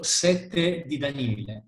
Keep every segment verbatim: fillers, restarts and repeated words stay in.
sette di Daniele.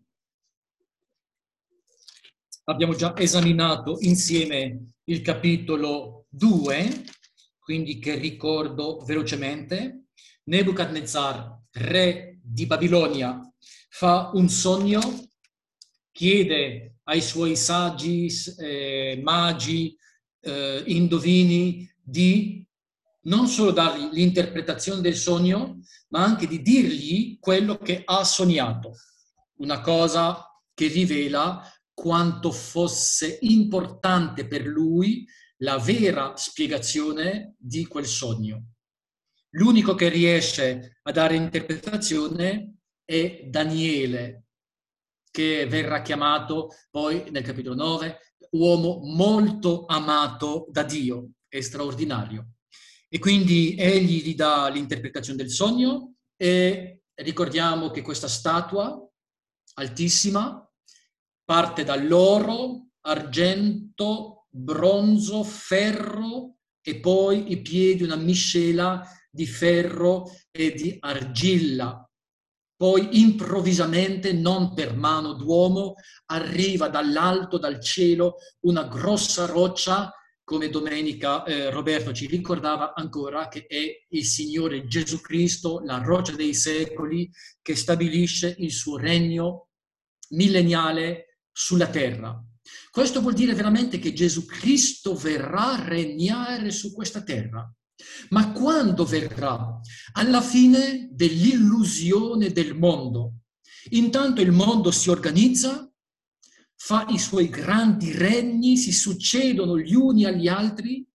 Abbiamo già esaminato insieme il capitolo due, quindi che ricordo velocemente. Nebuchadnezzar, re di Babilonia, fa un sogno, chiede ai suoi saggi, eh, magi, eh, indovini di non solo dargli l'interpretazione del sogno, ma anche di dirgli quello che ha sognato. Una cosa che rivela quanto fosse importante per lui la vera spiegazione di quel sogno. L'unico che riesce a dare interpretazione è Daniele, che verrà chiamato poi nel capitolo nove uomo molto amato da Dio, è straordinario. E quindi egli gli dà l'interpretazione del sogno e ricordiamo che questa statua altissima parte dall'oro, argento, bronzo, ferro e poi i piedi una miscela di ferro e di argilla. Poi improvvisamente, non per mano d'uomo, arriva dall'alto, dal cielo, una grossa roccia, come domenica eh, Roberto ci ricordava ancora, che è il Signore Gesù Cristo, la roccia dei secoli, che stabilisce il suo regno milleniale sulla terra. Questo vuol dire veramente che Gesù Cristo verrà a regnare su questa terra. Ma quando verrà? Alla fine dell'illusione del mondo. Intanto il mondo si organizza, fa i suoi grandi regni, si succedono gli uni agli altri,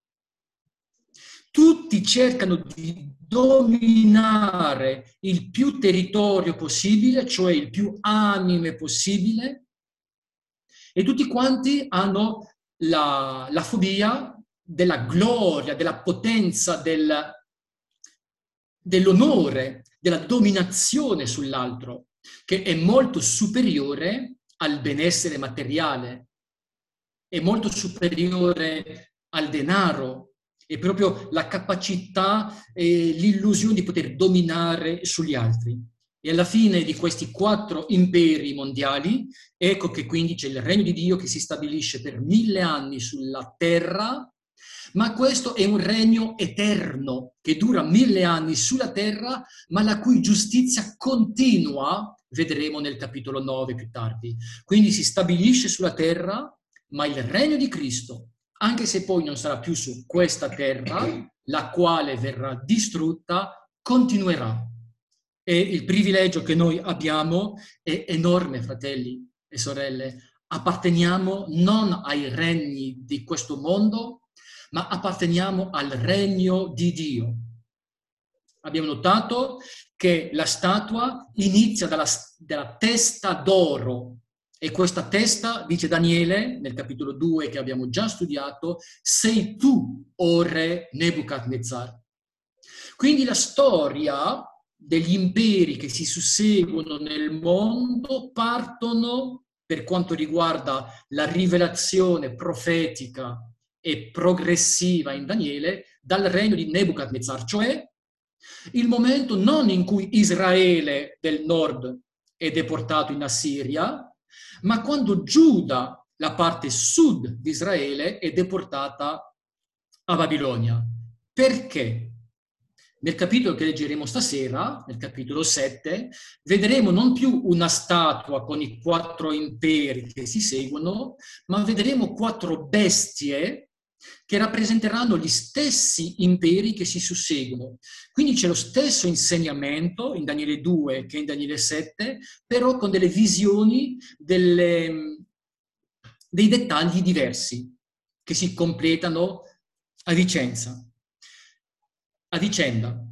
tutti cercano di dominare il più territorio possibile, cioè il più anime possibile, e tutti quanti hanno la, la fobia della gloria, della potenza, del, dell'onore, della dominazione sull'altro, che è molto superiore al benessere materiale, è molto superiore al denaro, è proprio la capacità e l'illusione di poter dominare sugli altri. E alla fine di questi quattro imperi mondiali, ecco che quindi c'è il regno di Dio che si stabilisce per mille anni sulla terra, ma questo è un regno eterno che dura mille anni sulla terra, ma la cui giustizia continua, vedremo nel capitolo nove più tardi. Quindi si stabilisce sulla terra, ma il regno di Cristo, anche se poi non sarà più su questa terra, la quale verrà distrutta, continuerà. E il privilegio che noi abbiamo è enorme, fratelli e sorelle. Apparteniamo non ai regni di questo mondo, ma apparteniamo al regno di Dio. Abbiamo notato che la statua inizia dalla, dalla testa d'oro, e questa testa, dice Daniele, nel capitolo due che abbiamo già studiato, sei tu, o re Nebuchadnezzar. Quindi la storia degli imperi che si susseguono nel mondo partono, per quanto riguarda la rivelazione profetica e progressiva in Daniele, dal regno di Nebuchadnezzar, cioè il momento non in cui Israele del nord è deportato in Assiria, ma quando Giuda, la parte sud di Israele, è deportata a Babilonia. Perché? Nel capitolo che leggeremo stasera, nel capitolo sette, vedremo non più una statua con i quattro imperi che si seguono, ma vedremo quattro bestie che rappresenteranno gli stessi imperi che si susseguono. Quindi c'è lo stesso insegnamento in Daniele due che in Daniele sette, però con delle visioni, delle, dei dettagli diversi che si completano a vicenza. A vicenda.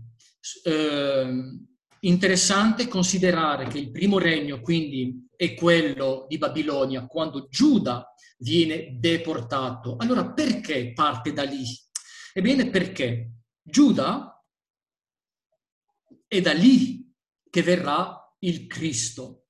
Eh, interessante considerare che il primo regno quindi è quello di Babilonia quando Giuda viene deportato. Allora perché parte da lì? Ebbene perché Giuda è da lì che verrà il Cristo.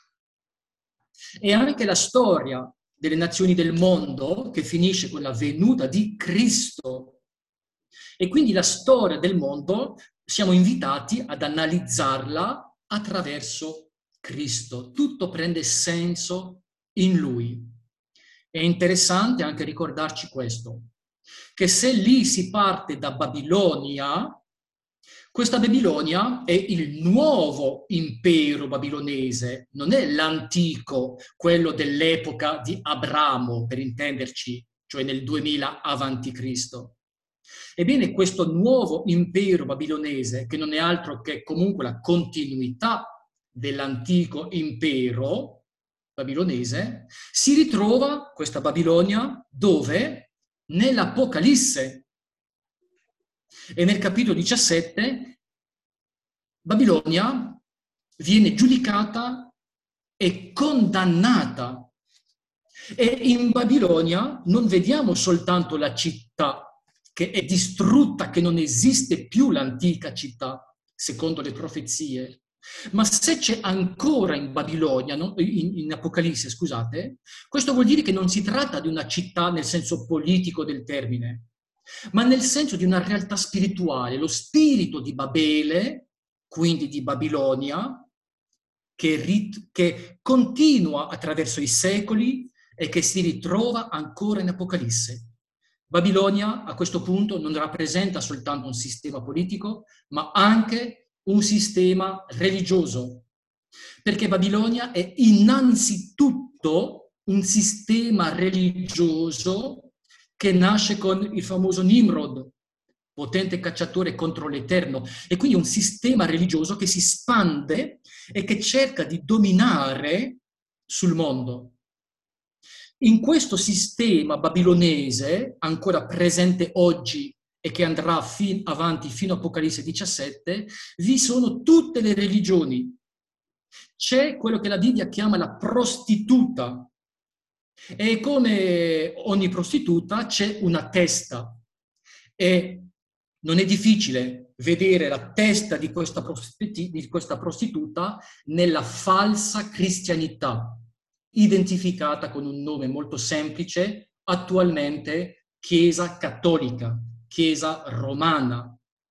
E anche la storia delle nazioni del mondo che finisce con la venuta di Cristo. E quindi la storia del mondo siamo invitati ad analizzarla attraverso Cristo. Tutto prende senso in Lui. È interessante anche ricordarci questo, che se lì si parte da Babilonia, questa Babilonia è il nuovo impero babilonese, non è l'antico, quello dell'epoca di Abramo, per intenderci, cioè nel duemila avanti Cristo. Ebbene, questo nuovo impero babilonese, che non è altro che comunque la continuità dell'antico impero babilonese, si ritrova, questa Babilonia, dove? Nell'Apocalisse. E nel capitolo diciassette Babilonia viene giudicata e condannata. E in Babilonia non vediamo soltanto la città che è distrutta, che non esiste più l'antica città, secondo le profezie, ma se c'è ancora in Babilonia, no? in, in Apocalisse, scusate, questo vuol dire che non si tratta di una città nel senso politico del termine, ma nel senso di una realtà spirituale, lo spirito di Babele, quindi di Babilonia, che, rit- che continua attraverso i secoli e che si ritrova ancora in Apocalisse. Babilonia a questo punto non rappresenta soltanto un sistema politico, ma anche un sistema religioso, perché Babilonia è innanzitutto un sistema religioso che nasce con il famoso Nimrod, potente cacciatore contro l'Eterno, e quindi un sistema religioso che si spande e che cerca di dominare sul mondo. In questo sistema babilonese, ancora presente oggi e che andrà fin avanti fino a Apocalisse diciassette, vi sono tutte le religioni. C'è quello che la Bibbia chiama la prostituta, e come ogni prostituta c'è una testa, e non è difficile vedere la testa di questa, prostitu- di questa prostituta nella falsa cristianità, identificata con un nome molto semplice, attualmente Chiesa Cattolica, Chiesa Romana.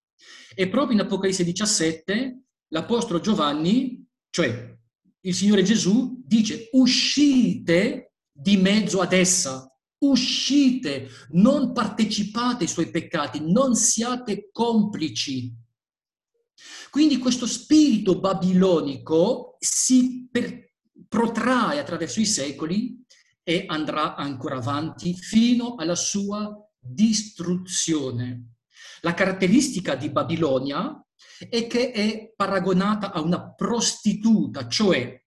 E proprio in Apocalisse diciassette l'Apostolo Giovanni, cioè il Signore Gesù, dice: uscite di mezzo ad essa, uscite, non partecipate ai suoi peccati, non siate complici. Quindi questo spirito babilonico si per, protrae attraverso i secoli e andrà ancora avanti fino alla sua distruzione. La caratteristica di Babilonia è che è paragonata a una prostituta, cioè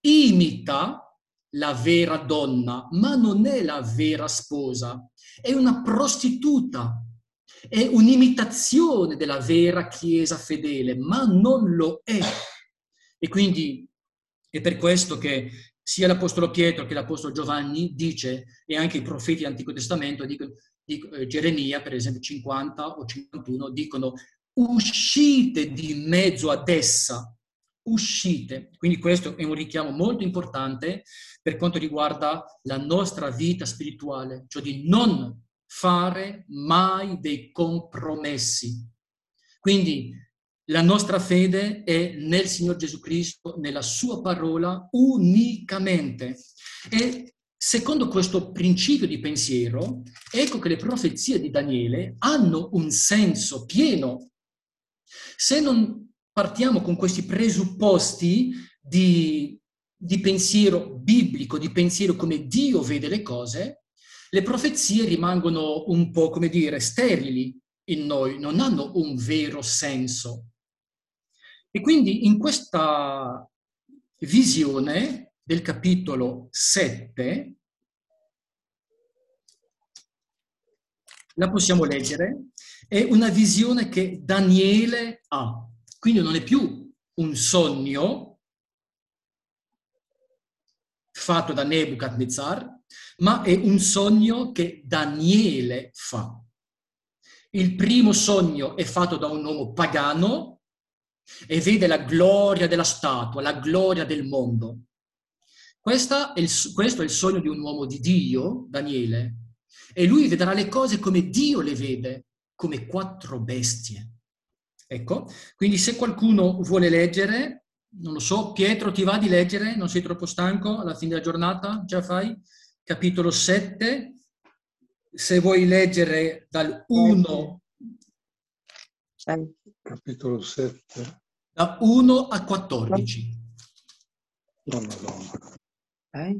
imita la vera donna, ma non è la vera sposa, è una prostituta, è un'imitazione della vera Chiesa fedele, ma non lo è. E quindi è per questo che sia l'Apostolo Pietro che l'Apostolo Giovanni dice, e anche i profeti dell'Antico Testamento, dicono, dicono, eh, Geremia, per esempio cinquanta o cinquantuno, dicono: uscite di mezzo ad essa, uscite. Quindi questo è un richiamo molto importante per quanto riguarda la nostra vita spirituale, cioè di non fare mai dei compromessi. Quindi la nostra fede è nel Signor Gesù Cristo, nella sua parola unicamente. E secondo questo principio di pensiero, ecco che le profezie di Daniele hanno un senso pieno. Se non partiamo con questi presupposti di, di pensiero biblico, di pensiero come Dio vede le cose, le profezie rimangono un po', come dire, sterili in noi, non hanno un vero senso. E quindi in questa visione del capitolo sette, la possiamo leggere, è una visione che Daniele ha. Quindi non è più un sogno fatto da Nebuchadnezzar, ma è un sogno che Daniele fa. Il primo sogno è fatto da un uomo pagano e vede la gloria della statua, la gloria del mondo. Questa è il, questo è il sogno di un uomo di Dio, Daniele, e lui vedrà le cose come Dio le vede, come quattro bestie. Ecco, quindi se qualcuno vuole leggere non lo so, Pietro, ti va di leggere? Non sei troppo stanco alla fine della giornata? Già fai? Capitolo sette. Se vuoi leggere dal uno, Capitolo sette. da uno a quattordici. Oh, Madonna. Eh?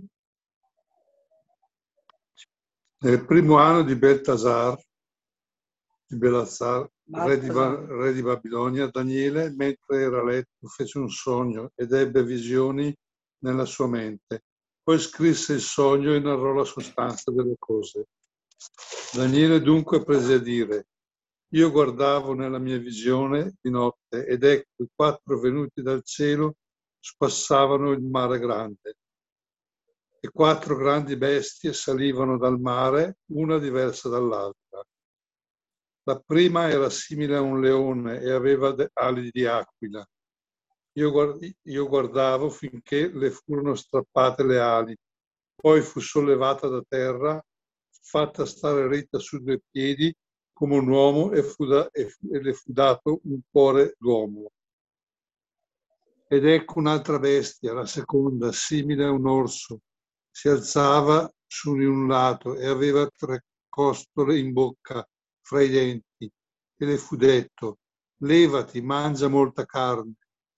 Nel primo anno di Beltasar, di Belazzar, re di, Ba- re di Babilonia, Daniele, mentre era a letto, fece un sogno ed ebbe visioni nella sua mente. Poi scrisse il sogno e narrò la sostanza delle cose. Daniele dunque prese a dire: io guardavo nella mia visione di notte ed ecco i quattro venuti dal cielo spassavano il mare grande. E quattro grandi bestie salivano dal mare, una diversa dall'altra. La prima era simile a un leone e aveva ali di aquila. Io, guard- io guardavo finché le furono strappate le ali, poi fu sollevata da terra, fatta stare ritta su due piedi come un uomo e, fu da- e, fu- e le fu dato un cuore d'uomo. Ed ecco un'altra bestia, la seconda, simile a un orso, si alzava su di un lato e aveva tre costole in bocca fra i denti e le fu detto: levati, mangia molta carne.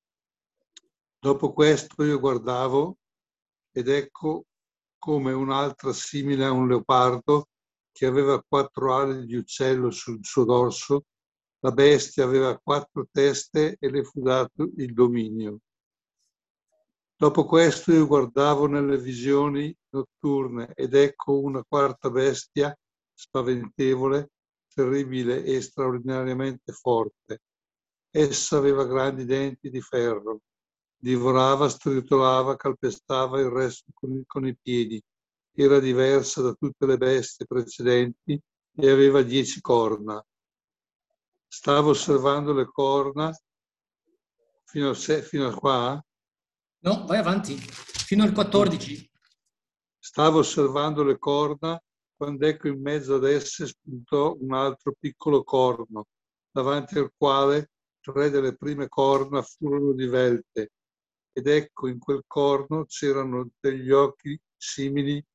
Dopo questo io guardavo ed ecco come un'altra simile a un leopardo che aveva quattro ali di uccello sul suo dorso. La bestia aveva quattro teste e le fu dato il dominio. Dopo questo io guardavo nelle visioni notturne ed ecco una quarta bestia spaventevole, terribile e straordinariamente forte. Essa aveva grandi denti di ferro, divorava, stritolava, calpestava il resto con, con i piedi. Era diversa da tutte le bestie precedenti e aveva dieci corna. Stavo osservando le corna fino a, se, fino a qua. No, vai avanti, fino al quattordici. Stavo osservando le corna quando ecco in mezzo ad esse spuntò un altro piccolo corno, davanti al quale tre delle prime corna furono divelte, ed ecco in quel corno c'erano degli occhi simili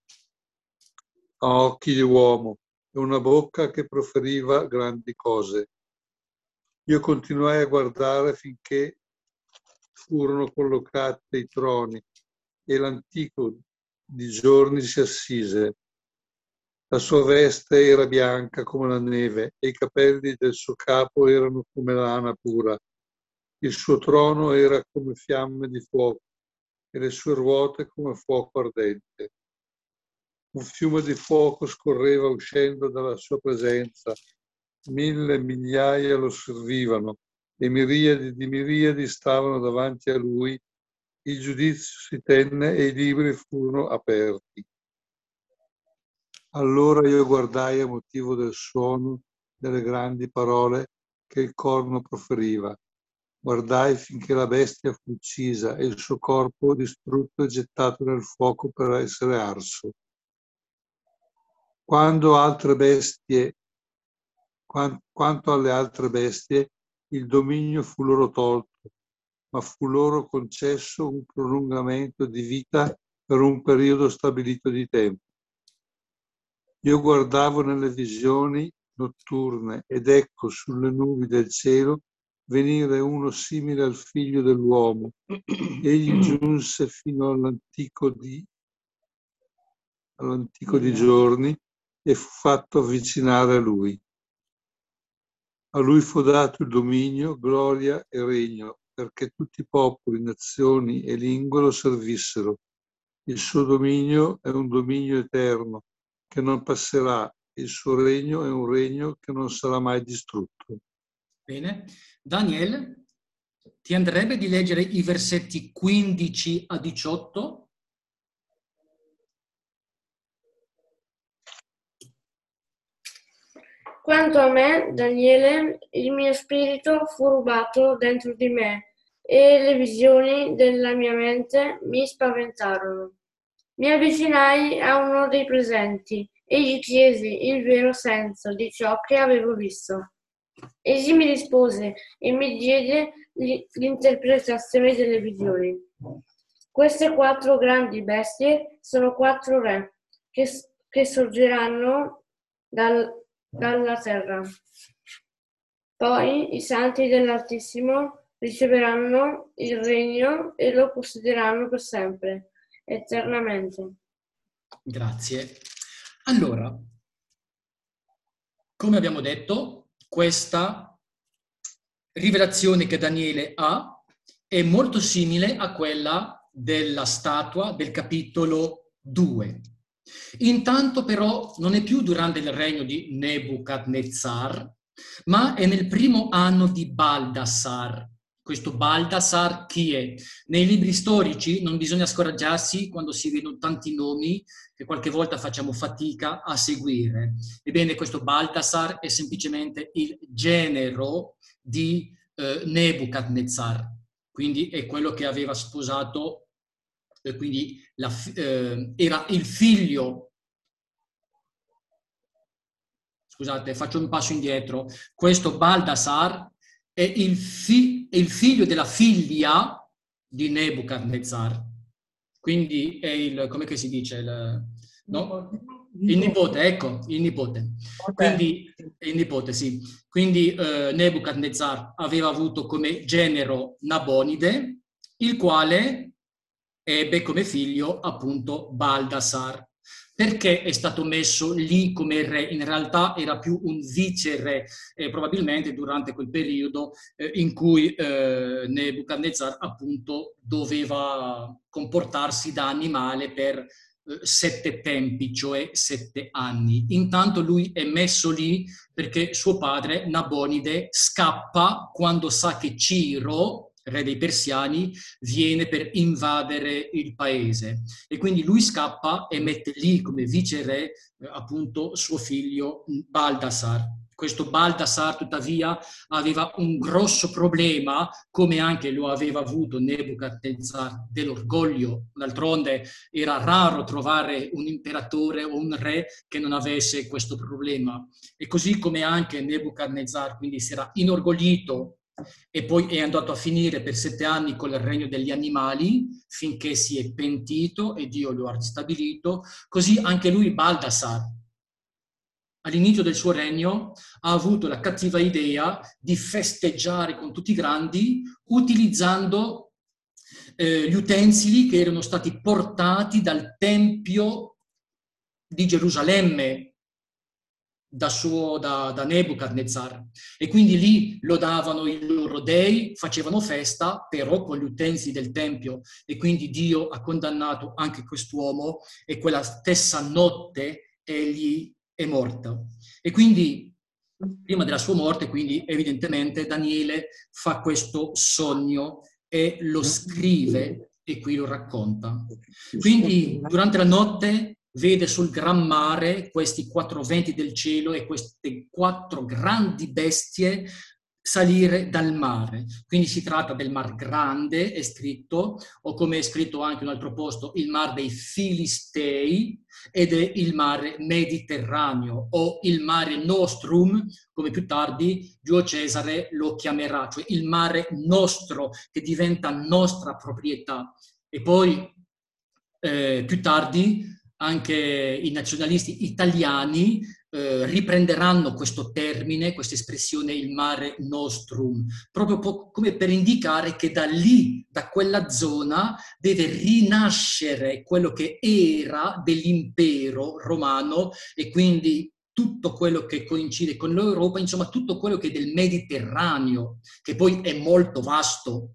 a occhi di uomo e una bocca che proferiva grandi cose. Io continuai a guardare finché furono collocati i troni e l'antico di giorni si assise. La sua veste era bianca come la neve e i capelli del suo capo erano come lana pura. Il suo trono era come fiamme di fuoco e le sue ruote come fuoco ardente. Un fiume di fuoco scorreva uscendo dalla sua presenza. Mille migliaia lo servivano e miriadi di miriadi stavano davanti a lui. Il giudizio si tenne e i libri furono aperti. Allora io guardai a motivo del suono delle grandi parole che il corno proferiva. Guardai finché la bestia fu uccisa e il suo corpo distrutto e gettato nel fuoco per essere arso. Quando altre bestie, quanto alle altre bestie, il dominio fu loro tolto, ma fu loro concesso un prolungamento di vita per un periodo stabilito di tempo. Io guardavo nelle visioni notturne ed ecco sulle nubi del cielo venire uno simile al figlio dell'uomo. Egli giunse fino all'antico di, all'antico di giorni e fu fatto avvicinare a lui. A lui fu dato il dominio, gloria e regno, perché tutti i popoli, nazioni e lingue lo servissero. Il suo dominio è un dominio eterno, che non passerà. Il suo regno è un regno che non sarà mai distrutto. Bene. Daniel, ti andrebbe di leggere i versetti quindici a diciotto? Quanto a me, Daniele, il mio spirito fu rubato dentro di me e le visioni della mia mente mi spaventarono. Mi avvicinai a uno dei presenti e gli chiesi il vero senso di ciò che avevo visto. Egli mi rispose e mi diede l'interpretazione delle visioni. Queste quattro grandi bestie sono quattro re che, che sorgeranno dal, dalla terra. Poi i santi dell'Altissimo riceveranno il regno e lo possederanno per sempre, eternamente. Grazie. Allora, come abbiamo detto, questa rivelazione che Daniele ha è molto simile a quella della statua del capitolo due. Intanto però non è più durante il regno di Nebuchadnezzar, ma è nel primo anno di Baldassar. Questo Baldassar chi è? Nei libri storici non bisogna scoraggiarsi quando si vedono tanti nomi che qualche volta facciamo fatica a seguire. Ebbene, questo Baldassar è semplicemente il genero di eh, Nebuchadnezzar, quindi è quello che aveva sposato, eh, quindi la, eh, era il figlio. Scusate, faccio un passo indietro. Questo Baldassar è il, fi- è il figlio della figlia di Nebuchadnezzar. Quindi è il, come che si dice? Il, no? Il nipote, ecco, il nipote. Quindi, il nipote, sì. Quindi eh, Nebuchadnezzar aveva avuto come genero Nabonide, il quale ebbe come figlio appunto Baldassar. Perché è stato messo lì come re? In realtà era più un viceré, eh, probabilmente durante quel periodo eh, in cui eh, Nebuchadnezzar appunto doveva comportarsi da animale per eh, sette tempi, cioè sette anni. Intanto lui è messo lì perché suo padre Nabonide scappa quando sa che Ciro, re dei Persiani, viene per invadere il paese e quindi lui scappa e mette lì come viceré eh, appunto suo figlio Baldassar. Questo Baldassar tuttavia aveva un grosso problema, come anche lo aveva avuto Nebuchadnezzar, dell'orgoglio. D'altronde era raro trovare un imperatore o un re che non avesse questo problema. E così come anche Nebuchadnezzar quindi si era inorgoglito e poi è andato a finire per sette anni con il regno degli animali finché si è pentito e Dio lo ha ristabilito, così anche lui Baldassar all'inizio del suo regno ha avuto la cattiva idea di festeggiare con tutti i grandi utilizzando eh, gli utensili che erano stati portati dal Tempio di Gerusalemme da, suo, da, da Nebuchadnezzar, e quindi lì lodavano i loro dei, facevano festa, però con gli utensili del Tempio, e quindi Dio ha condannato anche quest'uomo e quella stessa notte egli è morto. E quindi prima della sua morte, quindi evidentemente Daniele fa questo sogno e lo scrive e qui lo racconta. Quindi durante la notte vede sul gran mare questi quattro venti del cielo e queste quattro grandi bestie salire dal mare. Quindi si tratta del Mar Grande, è scritto, o come è scritto anche in un altro posto, il Mar dei Filistei, ed è il Mare Mediterraneo, o il Mare Nostrum, come più tardi Giulio Cesare lo chiamerà, cioè il mare nostro, che diventa nostra proprietà. E poi eh, più tardi anche i nazionalisti italiani eh, riprenderanno questo termine, questa espressione, il mare nostrum, proprio po- come per indicare che da lì, da quella zona, deve rinascere quello che era dell'impero romano, e quindi tutto quello che coincide con l'Europa, insomma tutto quello che è del Mediterraneo, che poi è molto vasto.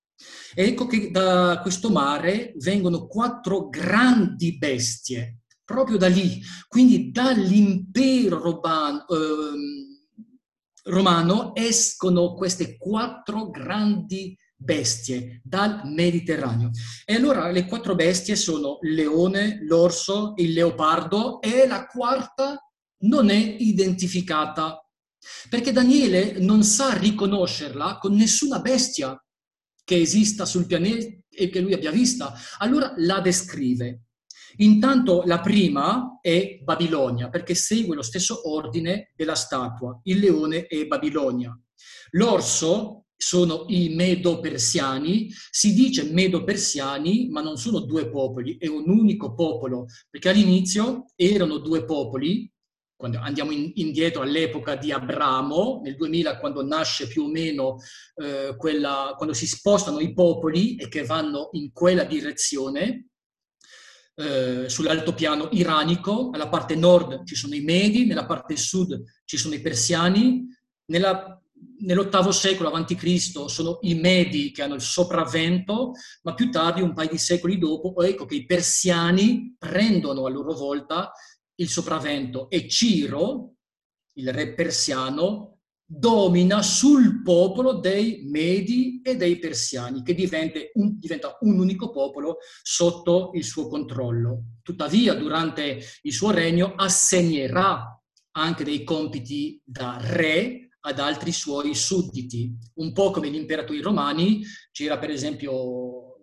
E ecco che da questo mare vengono quattro grandi bestie, proprio da lì, quindi dall'impero romano, eh, romano escono queste quattro grandi bestie dal Mediterraneo. E allora le quattro bestie sono il leone, l'orso, il leopardo, e la quarta non è identificata, perché Daniele non sa riconoscerla con nessuna bestia che esista sul pianeta e che lui abbia vista. Allora la descrive. Intanto la prima è Babilonia, perché segue lo stesso ordine della statua. Il leone è Babilonia. L'orso sono i Medo-Persiani. Si dice Medo-Persiani, ma non sono due popoli, è un unico popolo, perché all'inizio erano due popoli. Quando andiamo in, indietro all'epoca di Abramo, nel duemila, quando nasce più o meno eh, quella, quando si spostano i popoli e che vanno in quella direzione, eh, sull'altopiano iranico, alla parte nord ci sono i Medi, nella parte sud ci sono i Persiani, nella, nell'ottavo secolo avanti Cristo sono i Medi che hanno il sopravvento, ma più tardi, un paio di secoli dopo, ecco che i Persiani prendono a loro volta il sopravvento e Ciro, il re persiano, domina sul popolo dei Medi e dei Persiani, che diventa un, diventa un unico popolo sotto il suo controllo. Tuttavia, durante il suo regno assegnerà anche dei compiti da re ad altri suoi sudditi. Un po' come gli imperatori romani, c'era per esempio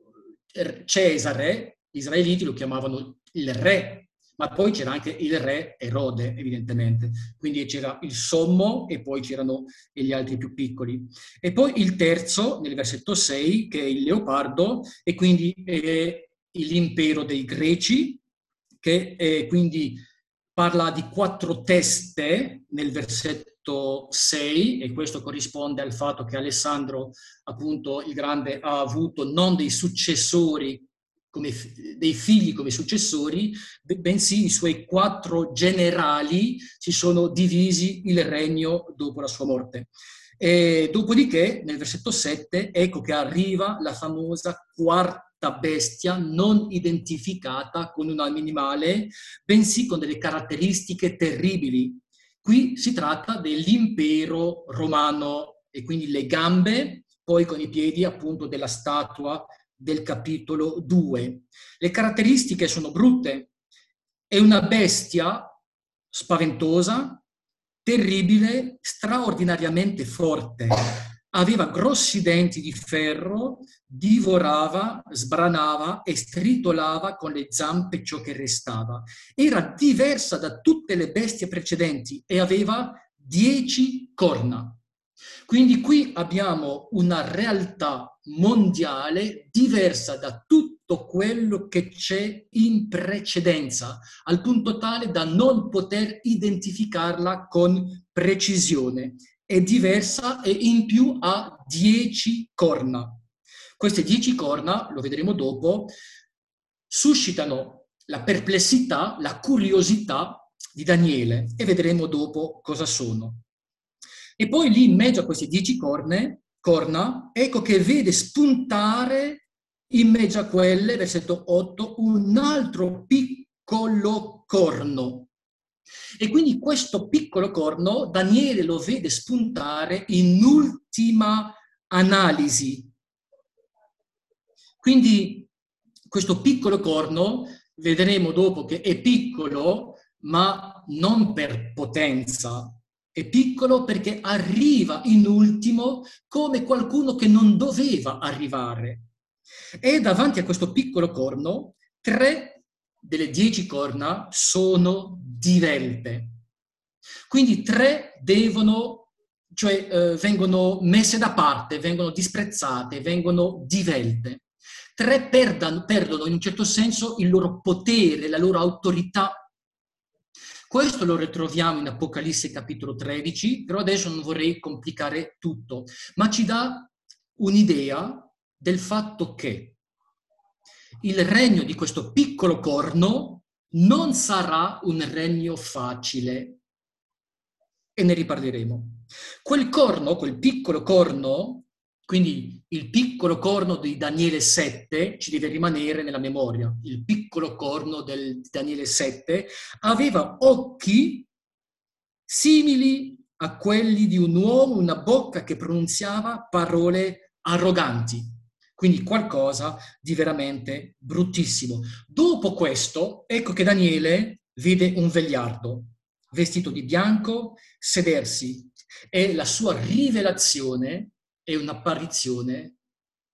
Cesare, gli israeliti lo chiamavano il re, ma poi c'era anche il re Erode, evidentemente. Quindi c'era il sommo e poi c'erano gli altri più piccoli. E poi il terzo, nel versetto sei, che è il leopardo, e quindi è l'impero dei Greci, che è, quindi parla di quattro teste nel versetto sei, e questo corrisponde al fatto che Alessandro, appunto, il Grande, ha avuto non dei successori, come dei figli come successori, bensì i suoi quattro generali si sono divisi il regno dopo la sua morte. E dopodiché, nel versetto sette, ecco che arriva la famosa quarta bestia non identificata con un animale, bensì con delle caratteristiche terribili. Qui si tratta dell'impero romano, e quindi le gambe, poi con i piedi appunto della statua del capitolo due. Le caratteristiche sono brutte. È una bestia spaventosa, terribile, straordinariamente forte. Aveva grossi denti di ferro, divorava, sbranava e stritolava con le zampe ciò che restava. Era diversa da tutte le bestie precedenti e aveva dieci corna. Quindi qui abbiamo una realtà mondiale diversa da tutto quello che c'è in precedenza, al punto tale da non poter identificarla con precisione. È diversa e in più ha dieci corna. Queste dieci corna, lo vedremo dopo, suscitano la perplessità, la curiosità di Daniele, e vedremo dopo cosa sono. E poi lì in mezzo a queste dieci corne, corna, ecco che vede spuntare in mezzo a quelle, versetto otto, un altro piccolo corno. E quindi questo piccolo corno Daniele lo vede spuntare in ultima analisi. Quindi questo piccolo corno, vedremo dopo che è piccolo, ma non per potenza. È piccolo perché arriva in ultimo come qualcuno che non doveva arrivare. E davanti a questo piccolo corno, tre delle dieci corna sono divelte. Quindi tre devono, cioè eh, vengono messe da parte, vengono disprezzate, vengono divelte. Tre perdano, perdono in un certo senso il loro potere, la loro autorità. Questo lo ritroviamo in Apocalisse capitolo tredici, però adesso non vorrei complicare tutto, ma ci dà un'idea del fatto che il regno di questo piccolo corno non sarà un regno facile, e ne riparleremo. Quel corno, quel piccolo corno, quindi il piccolo corno di Daniele sette, ci deve rimanere nella memoria, il piccolo corno del Daniele sette, aveva occhi simili a quelli di un uomo, una bocca che pronunziava parole arroganti, quindi qualcosa di veramente bruttissimo. Dopo questo, ecco che Daniele vede un vegliardo, vestito di bianco, sedersi, e la sua rivelazione è un'apparizione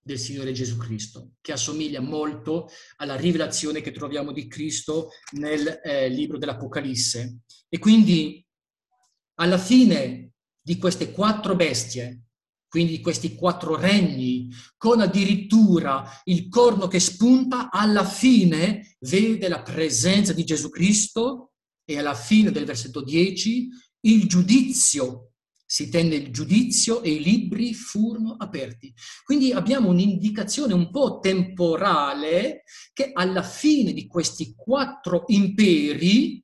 del Signore Gesù Cristo, che assomiglia molto alla rivelazione che troviamo di Cristo nel eh, libro dell'Apocalisse. E quindi alla fine di queste quattro bestie, quindi questi quattro regni, con addirittura il corno che spunta, alla fine vede la presenza di Gesù Cristo e alla fine del versetto dieci il giudizio, si tenne il giudizio e i libri furono aperti. Quindi abbiamo un'indicazione un po' temporale che alla fine di questi quattro imperi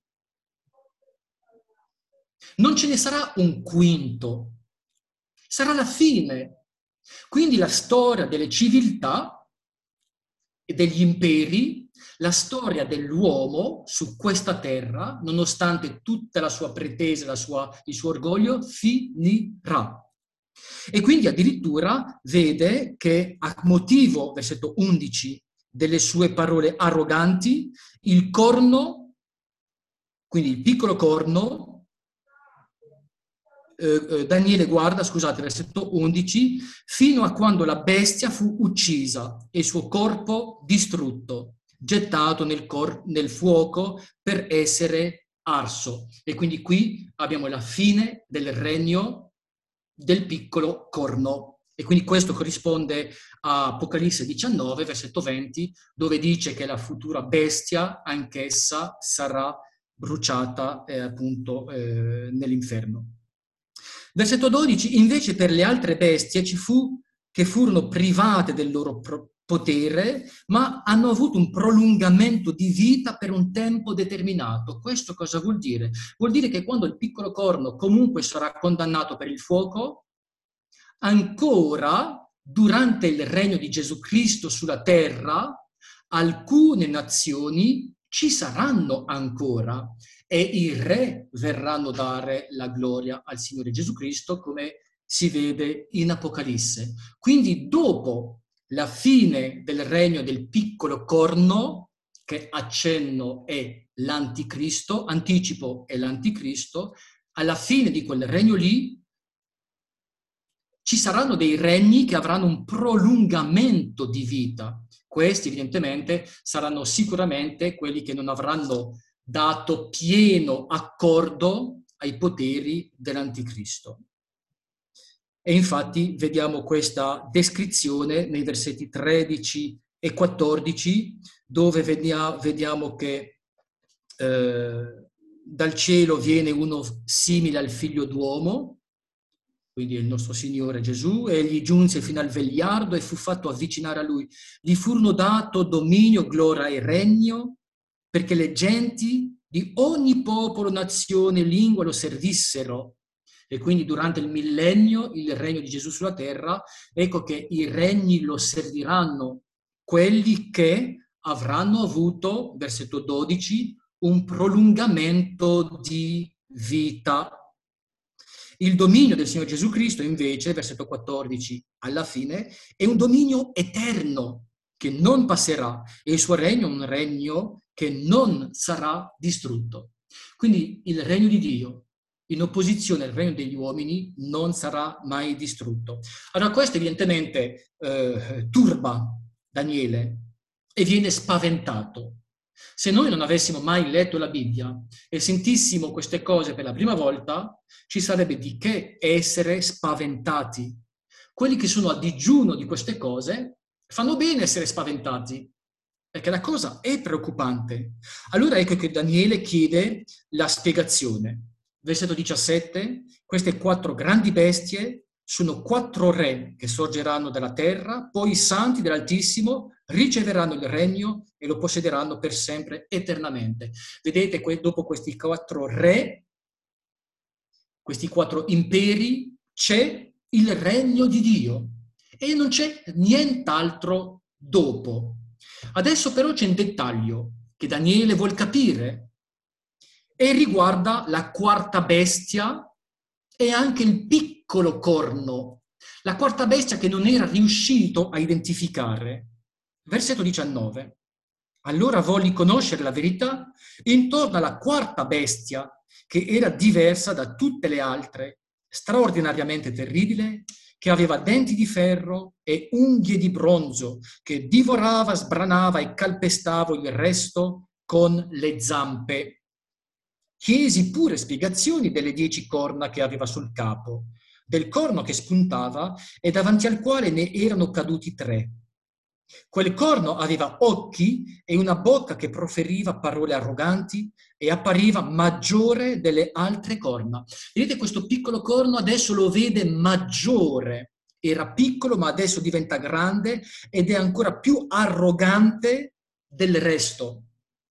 non ce ne sarà un quinto, sarà la fine. Quindi la storia delle civiltà e degli imperi, la storia dell'uomo su questa terra, nonostante tutta la sua pretesa, la sua, il suo orgoglio, finirà. E quindi addirittura vede che a motivo, versetto undici, delle sue parole arroganti, il corno, quindi il piccolo corno, eh, Daniele guarda, scusate, versetto undici, fino a quando la bestia fu uccisa e il suo corpo distrutto, gettato nel, cor- nel fuoco per essere arso. E quindi qui abbiamo la fine del regno del piccolo corno. E quindi questo corrisponde a Apocalisse diciannove, versetto venti, dove dice che la futura bestia, anch'essa, sarà bruciata eh, appunto eh, nell'inferno. Versetto dodici, invece per le altre bestie ci fu che furono private del loro potere, ma hanno avuto un prolungamento di vita per un tempo determinato. Questo cosa vuol dire? Vuol dire che quando il piccolo corno comunque sarà condannato per il fuoco, ancora durante il regno di Gesù Cristo sulla terra, alcune nazioni ci saranno ancora e i re verranno a dare la gloria al Signore Gesù Cristo, come si vede in Apocalisse. Quindi dopo la fine del regno del piccolo corno, che accenno è l'anticristo, anticipo è l'anticristo, alla fine di quel regno lì ci saranno dei regni che avranno un prolungamento di vita. Questi evidentemente saranno sicuramente quelli che non avranno dato pieno accordo ai poteri dell'anticristo. E infatti vediamo questa descrizione nei versetti tredici e quattordici, dove vediamo che eh, dal cielo viene uno simile al figlio d'uomo, quindi il nostro Signore Gesù, egli giunse fino al vegliardo e fu fatto avvicinare a lui. Gli furono dato dominio, gloria e regno, perché le genti di ogni popolo, nazione, lingua lo servissero. E quindi durante il millennio, il regno di Gesù sulla terra, ecco che i regni lo serviranno, quelli che avranno avuto, versetto dodici, un prolungamento di vita. Il dominio del Signore Gesù Cristo, invece, versetto quattordici, alla fine, è un dominio eterno che non passerà e il suo regno è un regno che non sarà distrutto. Quindi il regno di Dio, in opposizione al regno degli uomini, non sarà mai distrutto. Allora questo evidentemente eh, turba Daniele e viene spaventato. Se noi non avessimo mai letto la Bibbia e sentissimo queste cose per la prima volta, ci sarebbe di che essere spaventati. Quelli che sono a digiuno di queste cose fanno bene essere spaventati, perché la cosa è preoccupante. Allora ecco che Daniele chiede la spiegazione. Versetto diciassette, queste quattro grandi bestie sono quattro re che sorgeranno dalla terra, poi i santi dell'Altissimo riceveranno il regno e lo possederanno per sempre, eternamente. Vedete, dopo questi quattro re, questi quattro imperi, c'è il regno di Dio e non c'è nient'altro dopo. Adesso però c'è un dettaglio che Daniele vuol capire e riguarda la quarta bestia e anche il piccolo corno, la quarta bestia che non era riuscito a identificare. Versetto diciannove. Allora volli conoscere la verità intorno alla quarta bestia, che era diversa da tutte le altre, straordinariamente terribile, che aveva denti di ferro e unghie di bronzo, che divorava, sbranava e calpestava il resto con le zampe. Chiesi pure spiegazioni delle dieci corna che aveva sul capo, del corno che spuntava e davanti al quale ne erano caduti tre. Quel corno aveva occhi e una bocca che proferiva parole arroganti e appariva maggiore delle altre corna. Vedete, questo piccolo corno adesso lo vede maggiore. Era piccolo, ma adesso diventa grande ed è ancora più arrogante del resto.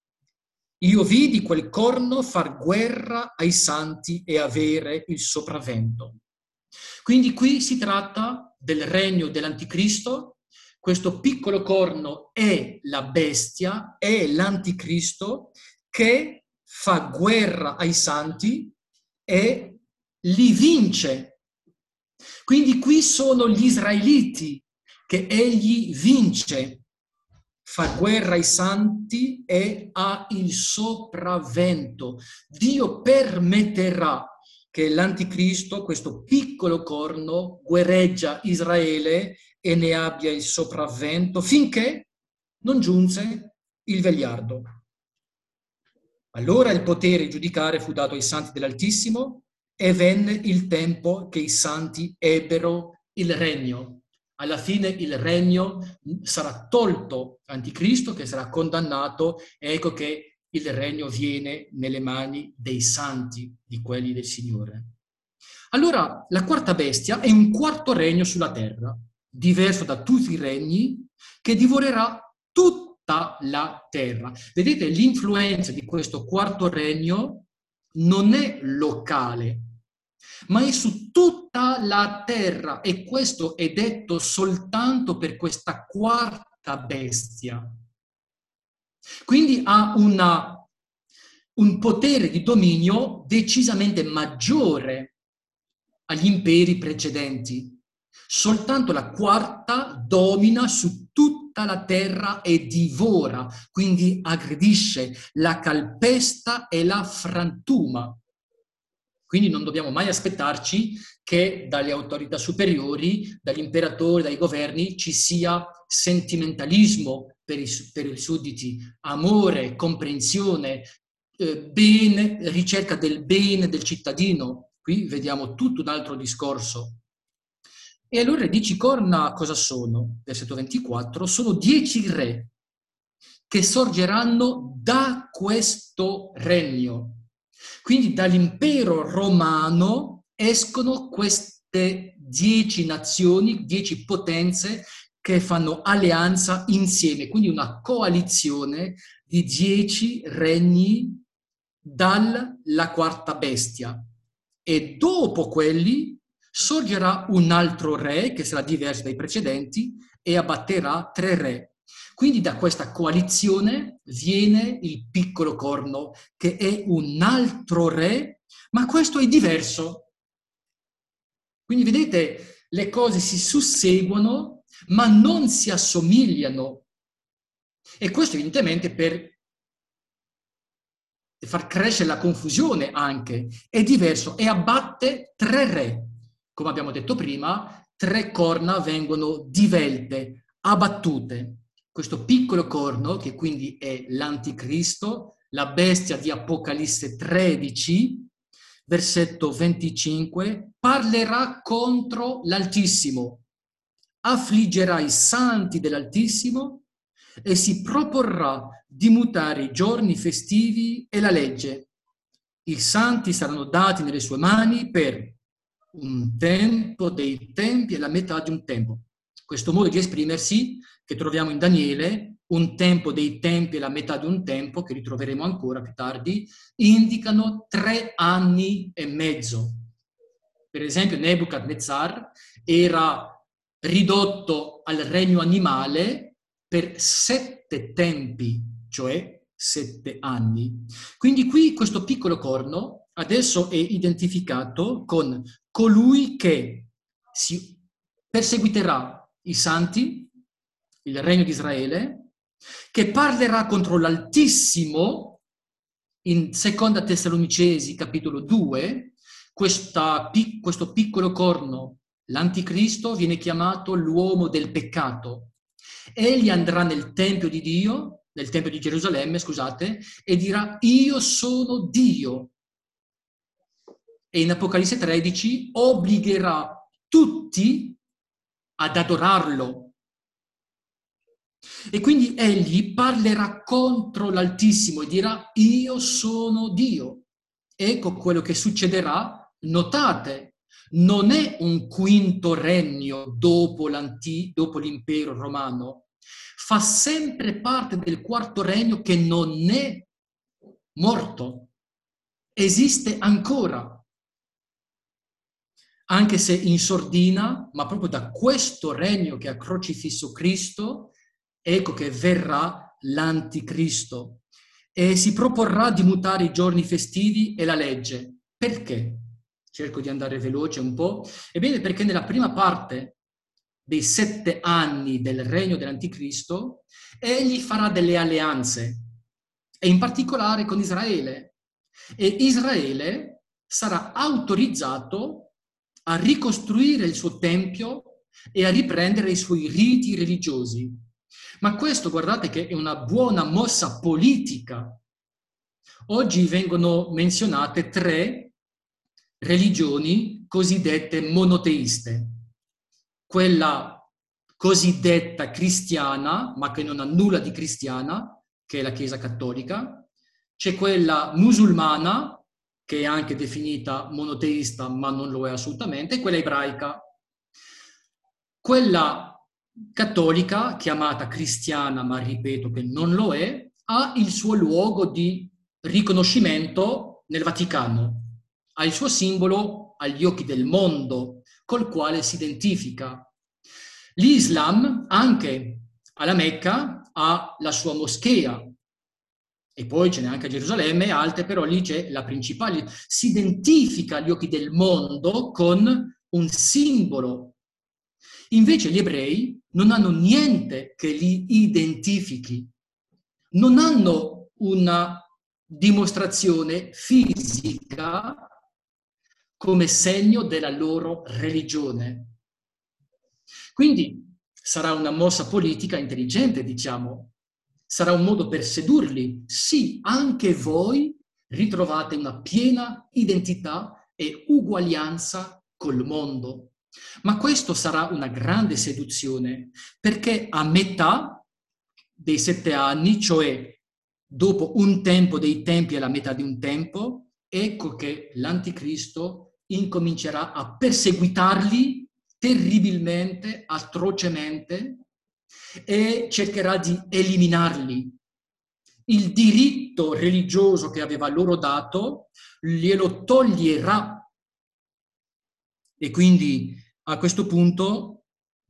Io vidi quel corno far guerra ai santi e avere il sopravvento. Quindi qui si tratta del regno dell'Anticristo. Questo piccolo corno è la bestia, è l'Anticristo che fa guerra ai santi e li vince. Quindi qui sono gli israeliti che egli vince, fa guerra ai santi e ha il sopravvento. Dio permetterà che l'Anticristo, questo piccolo corno, guerreggia Israele e ne abbia il sopravvento finché non giunse il vegliardo. Allora il potere di giudicare fu dato ai santi dell'Altissimo e venne il tempo che i santi ebbero il regno. Alla fine il regno sarà tolto all'Anticristo, che sarà condannato, e ecco che il regno viene nelle mani dei santi, di quelli del Signore. Allora la quarta bestia è un quarto regno sulla terra, diverso da tutti i regni, che divorerà tutta la terra. Vedete, l'influenza di questo quarto regno non è locale, ma è su tutta la terra, e questo è detto soltanto per questa quarta bestia. Quindi ha una, un potere di dominio decisamente maggiore agli imperi precedenti. Soltanto la quarta domina su tutta la terra e divora, quindi aggredisce, la calpesta e la frantuma. Quindi non dobbiamo mai aspettarci che dalle autorità superiori, dagli imperatori, dai governi, ci sia sentimentalismo per i, per i sudditi, amore, comprensione, eh, bene, ricerca del bene del cittadino. Qui vediamo tutto un altro discorso. E allora le dieci corna cosa sono? Versetto ventiquattro, sono dieci re che sorgeranno da questo regno. Quindi dall'impero romano escono queste dieci nazioni, dieci potenze che fanno alleanza insieme, quindi una coalizione di dieci regni dalla quarta bestia. E dopo quelli sorgerà un altro re che sarà diverso dai precedenti e abbatterà tre re. Quindi da questa coalizione viene il piccolo corno, che è un altro re, ma questo è diverso. Quindi vedete, le cose si susseguono, ma non si assomigliano. E questo evidentemente per far crescere la confusione anche. È diverso e abbatte tre re. Come abbiamo detto prima, tre corna vengono divelte, abbattute. Questo piccolo corno, che quindi è l'Anticristo, la bestia di Apocalisse tredici, versetto venticinque, parlerà contro l'Altissimo, affliggerà i santi dell'Altissimo e si proporrà di mutare i giorni festivi e la legge. I santi saranno dati nelle sue mani per un tempo dei tempi e la metà di un tempo. Questo modo di esprimersi che troviamo in Daniele, un tempo dei tempi e la metà di un tempo, che ritroveremo ancora più tardi, indicano tre anni e mezzo. Per esempio Nebuchadnezzar era ridotto al regno animale per sette tempi, cioè sette anni. Quindi qui questo piccolo corno adesso è identificato con colui che si perseguiterà i santi, il regno di Israele, che parlerà contro l'Altissimo. In seconda Tessalonicesi capitolo due, questa, questo piccolo corno l'anticristo viene chiamato l'uomo del peccato. Egli andrà nel Tempio di Dio, nel Tempio di Gerusalemme, scusate, e dirà: io sono Dio. E in Apocalisse tredici obbligherà tutti ad adorarlo. E quindi egli parlerà contro l'Altissimo e dirà: io sono Dio. Ecco quello che succederà. Notate, non è un quinto regno dopo, l'anti, dopo l'impero romano. Fa sempre parte del quarto regno che non è morto. Esiste ancora. Anche se in sordina, ma proprio da questo regno che ha crocifisso Cristo, ecco che verrà l'anticristo e si proporrà di mutare i giorni festivi e la legge. Perché? Cerco di andare veloce un po'. Ebbene, perché nella prima parte dei sette anni del regno dell'anticristo, egli farà delle alleanze, e in particolare con Israele. E Israele sarà autorizzato a ricostruire il suo tempio e a riprendere i suoi riti religiosi. Ma questo, guardate, che è una buona mossa politica. Oggi vengono menzionate tre religioni cosiddette monoteiste. Quella cosiddetta cristiana, ma che non ha nulla di cristiana, che è la Chiesa Cattolica. C'è quella musulmana, che è anche definita monoteista, ma non lo è assolutamente, e quella ebraica. Quella cattolica, chiamata cristiana, ma ripeto che non lo è, ha il suo luogo di riconoscimento nel Vaticano, ha il suo simbolo agli occhi del mondo, col quale si identifica. L'Islam, anche alla Mecca, ha la sua moschea, e poi ce n'è anche a Gerusalemme e altre, però lì c'è la principale. Si identifica agli occhi del mondo con un simbolo. Invece gli ebrei non hanno niente che li identifichi. Non hanno una dimostrazione fisica come segno della loro religione. Quindi sarà una mossa politica intelligente, diciamo. Sarà un modo per sedurli. Sì, anche voi ritrovate una piena identità e uguaglianza col mondo. Ma questo sarà una grande seduzione, perché a metà dei sette anni, cioè dopo un tempo dei tempi e la metà di un tempo, ecco che l'anticristo incomincerà a perseguitarli terribilmente, atrocemente, e cercherà di eliminarli. Il diritto religioso che aveva loro dato glielo toglierà. E quindi a questo punto,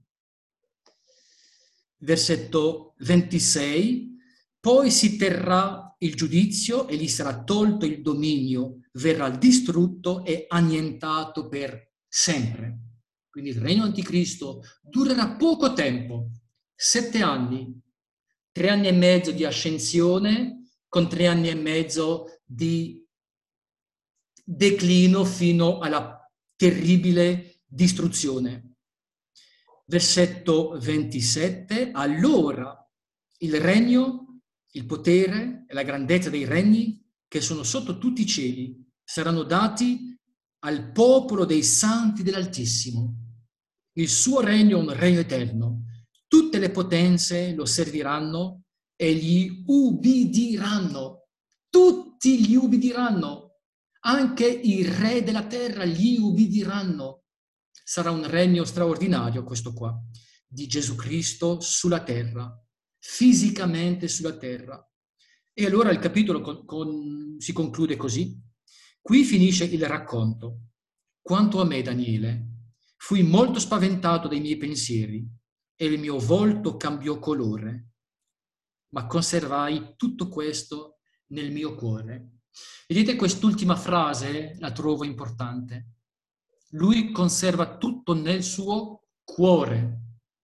versetto ventisei, poi si terrà il giudizio e gli sarà tolto il dominio, verrà distrutto e annientato per sempre. Quindi il regno anticristo durerà poco tempo, sette anni, tre anni e mezzo di ascensione con tre anni e mezzo di declino fino alla terribile distruzione. Versetto ventisette, allora il regno, il potere e la grandezza dei regni che sono sotto tutti i cieli saranno dati al popolo dei santi dell'Altissimo. Il suo regno è un regno eterno. Tutte le potenze lo serviranno e gli ubbidiranno. Tutti gli ubbidiranno. Anche i re della terra gli ubbidiranno. Sarà un regno straordinario questo qua, di Gesù Cristo sulla terra, fisicamente sulla terra. E allora il capitolo con, con, si conclude così. Qui finisce il racconto. Quanto a me, Daniele, fui molto spaventato dai miei pensieri e il mio volto cambiò colore, ma conservai tutto questo nel mio cuore. Vedete, quest'ultima frase la trovo importante. Lui conserva tutto nel suo cuore.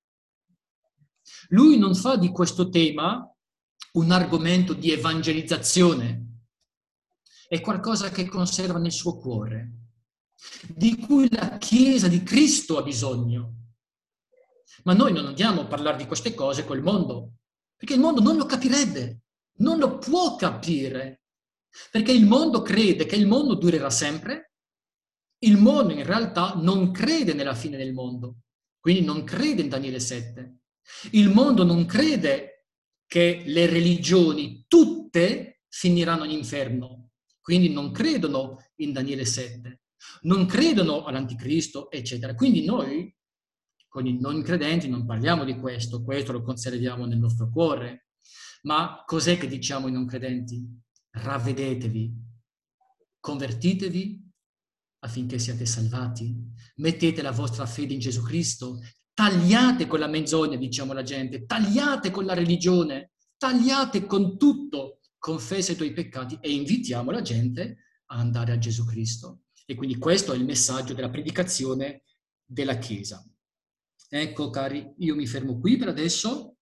Lui non fa di questo tema un argomento di evangelizzazione, è qualcosa che conserva nel suo cuore. di cui la Chiesa di Cristo ha bisogno. Ma noi non andiamo a parlare di queste cose col mondo, perché il mondo non lo capirebbe, non lo può capire, perché il mondo crede che il mondo durerà sempre. Il mondo in realtà non crede nella fine del mondo, quindi non crede in Daniele sette. Il mondo non crede che le religioni tutte finiranno in inferno, quindi non credono in Daniele sette, non credono all'anticristo, eccetera. Quindi noi, con i non credenti, non parliamo di questo, questo lo conserviamo nel nostro cuore. Ma cos'è che diciamo ai non credenti? Ravvedetevi, convertitevi affinché siate salvati, mettete la vostra fede in Gesù Cristo, tagliate con la menzogna, diciamo alla gente, tagliate con la religione, tagliate con tutto, confessa i tuoi peccati e invitiamo la gente a andare a Gesù Cristo. E quindi questo è il messaggio della predicazione della Chiesa. Ecco, cari, io mi fermo qui per adesso.